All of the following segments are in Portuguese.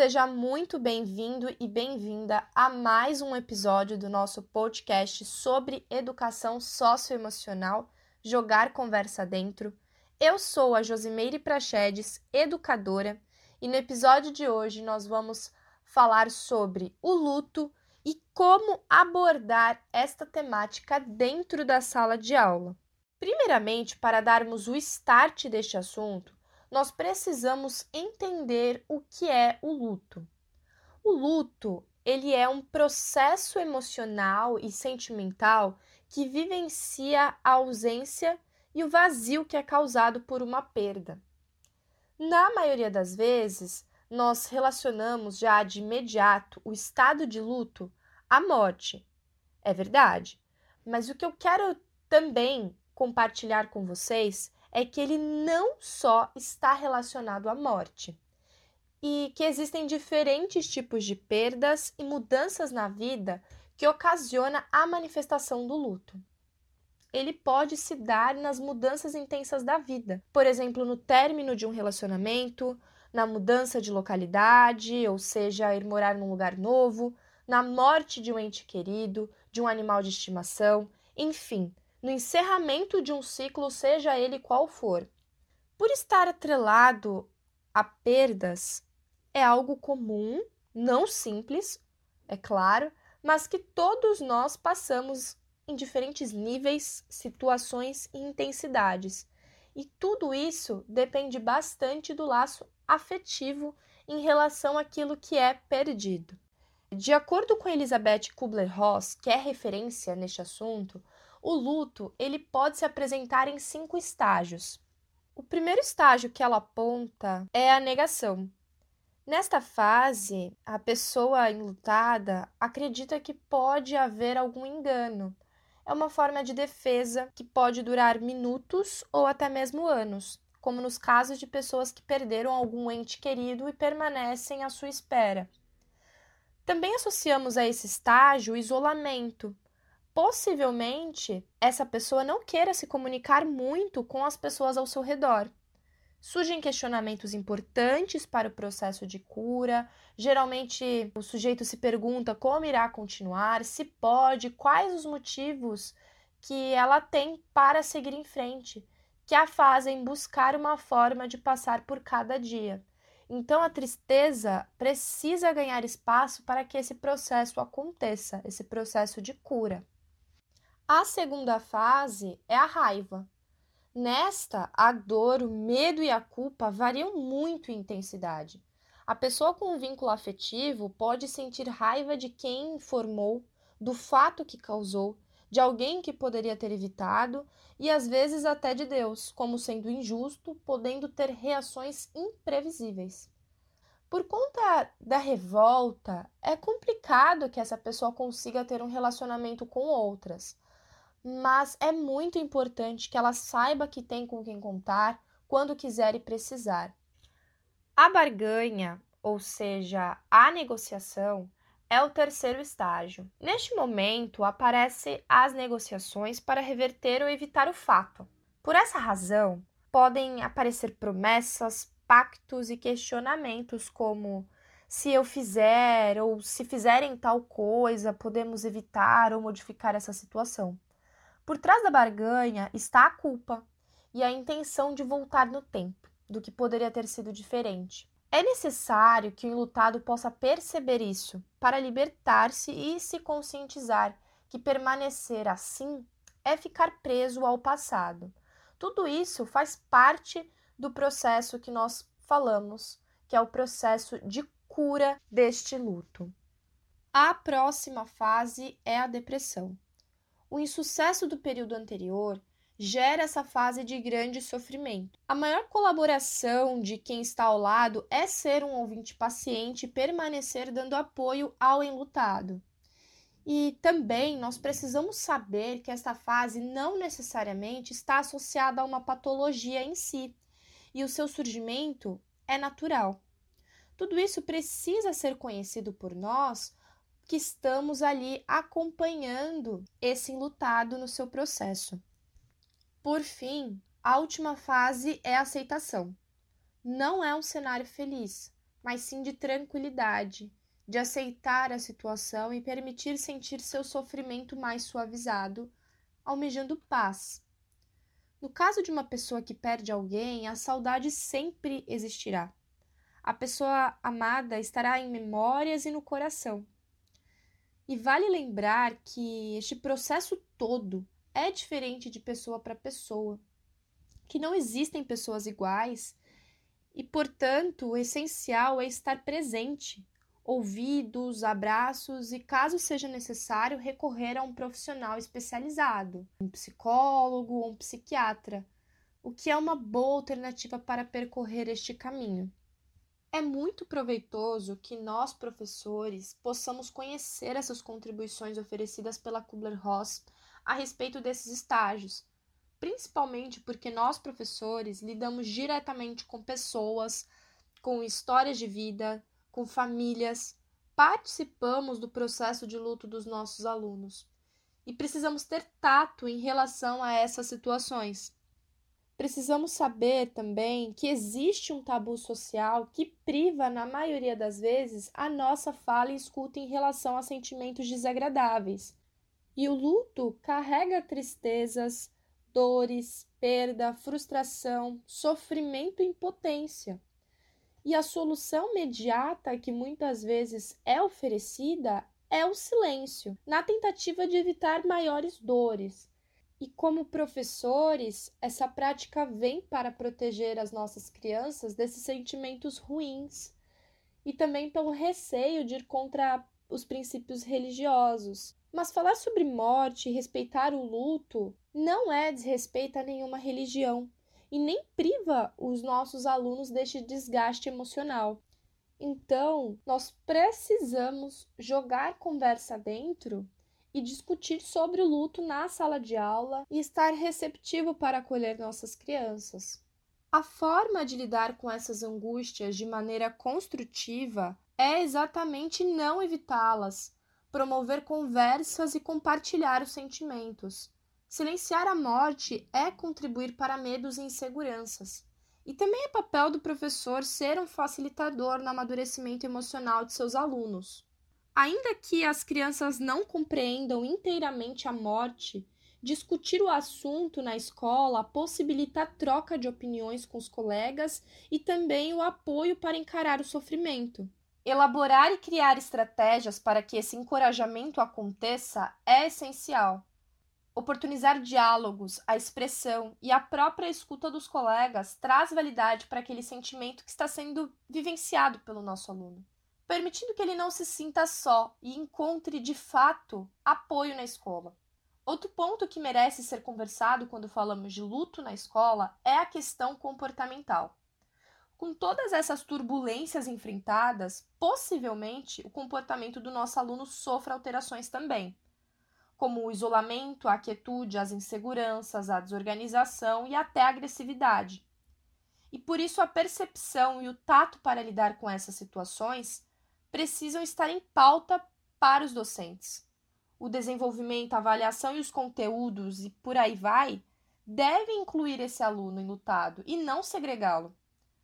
Seja muito bem-vindo e bem-vinda a mais um episódio do nosso podcast sobre educação socioemocional, Jogar Conversa Dentro. Eu sou a Josimeire Prachedes, educadora, e no episódio de hoje nós vamos falar sobre o luto e como abordar esta temática dentro da sala de aula. Primeiramente, para darmos o start deste assunto, nós precisamos entender o que é o luto. O luto, ele é um processo emocional e sentimental que vivencia a ausência e o vazio que é causado por uma perda. Na maioria das vezes, nós relacionamos já de imediato o estado de luto à morte. É verdade, mas o que eu quero também compartilhar com vocês é que ele não só está relacionado à morte, e que existem diferentes tipos de perdas e mudanças na vida que ocasiona a manifestação do luto. Ele pode se dar nas mudanças intensas da vida, por exemplo, no término de um relacionamento, na mudança de localidade, ou seja, ir morar num lugar novo, na morte de um ente querido, de um animal de estimação, enfim, no encerramento de um ciclo, seja ele qual for. Por estar atrelado a perdas, é algo comum, não simples, é claro, mas que todos nós passamos em diferentes níveis, situações e intensidades. E tudo isso depende bastante do laço afetivo em relação àquilo que é perdido. De acordo com Elizabeth Kubler-Ross, que é referência neste assunto, o luto ele pode se apresentar em 5 estágios. O primeiro estágio que ela aponta é a negação. Nesta fase, a pessoa enlutada acredita que pode haver algum engano. É uma forma de defesa que pode durar minutos ou até mesmo anos, como nos casos de pessoas que perderam algum ente querido e permanecem à sua espera. Também associamos a esse estágio o isolamento. Possivelmente, essa pessoa não queira se comunicar muito com as pessoas ao seu redor. Surgem questionamentos importantes para o processo de cura. Geralmente, o sujeito se pergunta como irá continuar, se pode, quais os motivos que ela tem para seguir em frente, que a fazem buscar uma forma de passar por cada dia. Então, a tristeza precisa ganhar espaço para que esse processo aconteça, esse processo de cura. A segunda fase é a raiva. Nesta, a dor, o medo e a culpa variam muito em intensidade. A pessoa com um vínculo afetivo pode sentir raiva de quem informou, do fato que causou, de alguém que poderia ter evitado e às vezes até de Deus, como sendo injusto, podendo ter reações imprevisíveis. Por conta da revolta, é complicado que essa pessoa consiga ter um relacionamento com outras. Mas é muito importante que ela saiba que tem com quem contar quando quiser e precisar. A barganha, ou seja, a negociação, é o terceiro estágio. Neste momento, aparecem as negociações para reverter ou evitar o fato. Por essa razão, podem aparecer promessas, pactos e questionamentos como se eu fizer ou se fizerem tal coisa, podemos evitar ou modificar essa situação. Por trás da barganha está a culpa e a intenção de voltar no tempo, do que poderia ter sido diferente. É necessário que o enlutado possa perceber isso para libertar-se e se conscientizar que permanecer assim é ficar preso ao passado. Tudo isso faz parte do processo que nós falamos, que é o processo de cura deste luto. A próxima fase é a depressão. O insucesso do período anterior gera essa fase de grande sofrimento. A maior colaboração de quem está ao lado é ser um ouvinte paciente e permanecer dando apoio ao enlutado. E também nós precisamos saber que esta fase não necessariamente está associada a uma patologia em si, e o seu surgimento é natural. Tudo isso precisa ser conhecido por nós que estamos ali acompanhando esse enlutado no seu processo. Por fim, a última fase é a aceitação. Não é um cenário feliz, mas sim de tranquilidade, de aceitar a situação e permitir sentir seu sofrimento mais suavizado, almejando paz. No caso de uma pessoa que perde alguém, a saudade sempre existirá. A pessoa amada estará em memórias e no coração. E vale lembrar que este processo todo é diferente de pessoa para pessoa, que não existem pessoas iguais e, portanto, o essencial é estar presente, ouvidos, abraços e, caso seja necessário, recorrer a um profissional especializado, um psicólogo ou um psiquiatra, o que é uma boa alternativa para percorrer este caminho. É muito proveitoso que nós, professores, possamos conhecer essas contribuições oferecidas pela Kubler-Ross a respeito desses estágios, principalmente porque nós, professores, lidamos diretamente com pessoas, com histórias de vida, com famílias, participamos do processo de luto dos nossos alunos e precisamos ter tato em relação a essas situações. Precisamos saber também que existe um tabu social que priva, na maioria das vezes, a nossa fala e escuta em relação a sentimentos desagradáveis. E o luto carrega tristezas, dores, perda, frustração, sofrimento e impotência. E a solução imediata que muitas vezes é oferecida é o silêncio, na tentativa de evitar maiores dores. E como professores, essa prática vem para proteger as nossas crianças desses sentimentos ruins e também pelo receio de ir contra os princípios religiosos. Mas falar sobre morte e respeitar o luto não é desrespeito a nenhuma religião e nem priva os nossos alunos deste desgaste emocional. Então, nós precisamos jogar conversa dentro e discutir sobre o luto na sala de aula e estar receptivo para acolher nossas crianças. A forma de lidar com essas angústias de maneira construtiva é exatamente não evitá-las, promover conversas e compartilhar os sentimentos. Silenciar a morte é contribuir para medos e inseguranças. E também é papel do professor ser um facilitador no amadurecimento emocional de seus alunos. Ainda que as crianças não compreendam inteiramente a morte, discutir o assunto na escola possibilita a troca de opiniões com os colegas e também o apoio para encarar o sofrimento. Elaborar e criar estratégias para que esse encorajamento aconteça é essencial. Oportunizar diálogos, a expressão e a própria escuta dos colegas traz validade para aquele sentimento que está sendo vivenciado pelo nosso aluno, permitindo que ele não se sinta só e encontre, de fato, apoio na escola. Outro ponto que merece ser conversado quando falamos de luto na escola é a questão comportamental. Com todas essas turbulências enfrentadas, possivelmente o comportamento do nosso aluno sofra alterações também, como o isolamento, a quietude, as inseguranças, a desorganização e até a agressividade. E por isso a percepção e o tato para lidar com essas situações precisam estar em pauta para os docentes. O desenvolvimento, a avaliação e os conteúdos, e por aí vai, devem incluir esse aluno enlutado e não segregá-lo.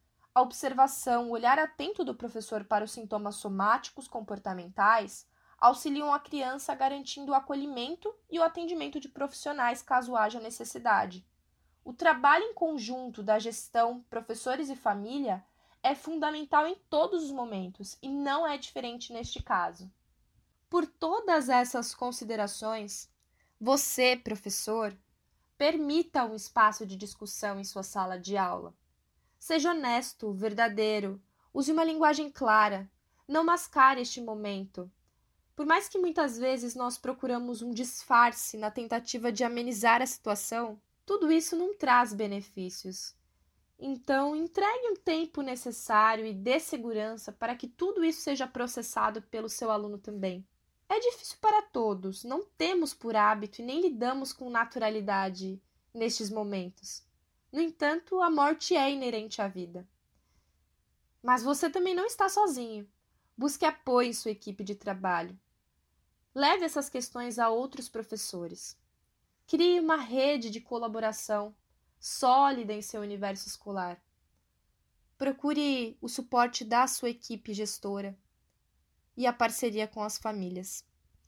A observação, o olhar atento do professor para os sintomas somáticos comportamentais auxiliam a criança garantindo o acolhimento e o atendimento de profissionais caso haja necessidade. O trabalho em conjunto da gestão, professores e família é fundamental em todos os momentos e não é diferente neste caso. Por todas essas considerações, você, professor, permita um espaço de discussão em sua sala de aula. Seja honesto, verdadeiro, use uma linguagem clara, não mascare este momento. Por mais que muitas vezes nós procuramos um disfarce na tentativa de amenizar a situação, tudo isso não traz benefícios. Então, entregue o tempo necessário e dê segurança para que tudo isso seja processado pelo seu aluno também. É difícil para todos, não temos por hábito e nem lidamos com naturalidade nestes momentos. No entanto, a morte é inerente à vida. Mas você também não está sozinho. Busque apoio em sua equipe de trabalho. Leve essas questões a outros professores. Crie uma rede de colaboração sólida em seu universo escolar. procure o suporte da sua equipe gestora e a parceria com as famílias.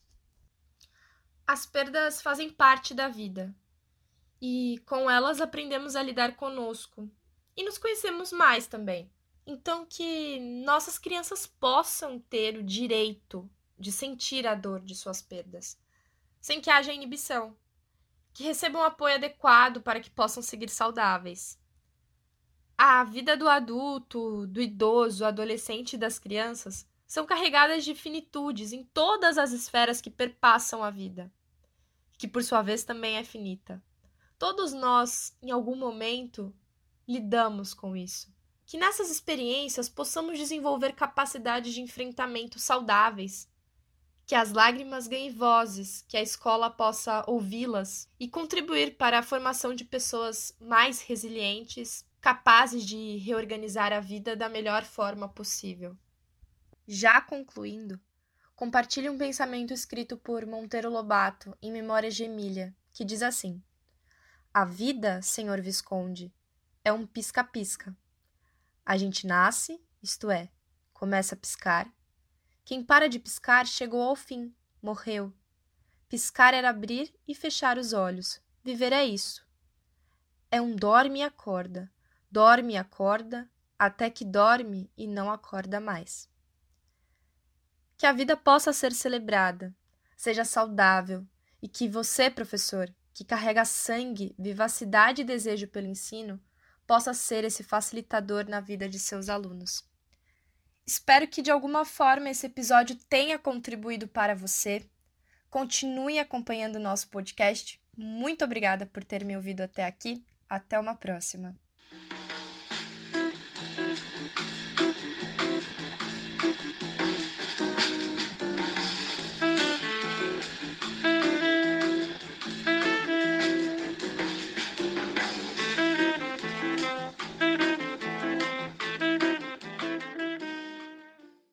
As perdas fazem parte da vida e com elas aprendemos a lidar conosco e nos conhecemos mais também. Então, que nossas crianças possam ter o direito de sentir a dor de suas perdas, sem que haja inibição, que recebam apoio adequado para que possam seguir saudáveis. A vida do adulto, do idoso, adolescente e das crianças são carregadas de finitudes em todas as esferas que perpassam a vida, que por sua vez também é finita. Todos nós, em algum momento, lidamos com isso. Que nessas experiências possamos desenvolver capacidades de enfrentamento saudáveis, que as lágrimas ganhem vozes, que a escola possa ouvi-las e contribuir para a formação de pessoas mais resilientes, capazes de reorganizar a vida da melhor forma possível. Já concluindo, compartilhe um pensamento escrito por Monteiro Lobato em Memórias de Emília, que diz assim: a vida, senhor Visconde, é um pisca-pisca. A gente nasce, isto é, começa a piscar. Quem para de piscar chegou ao fim, morreu. Piscar era abrir e fechar os olhos. Viver é isso. É um dorme e acorda, até que dorme e não acorda mais. Que a vida possa ser celebrada, seja saudável, e que você, professor, que carrega sangue, vivacidade e desejo pelo ensino, possa ser esse facilitador na vida de seus alunos. Espero que de alguma forma esse episódio tenha contribuído para você. Continue acompanhando o nosso podcast. Muito obrigada por ter me ouvido até aqui. Até uma próxima.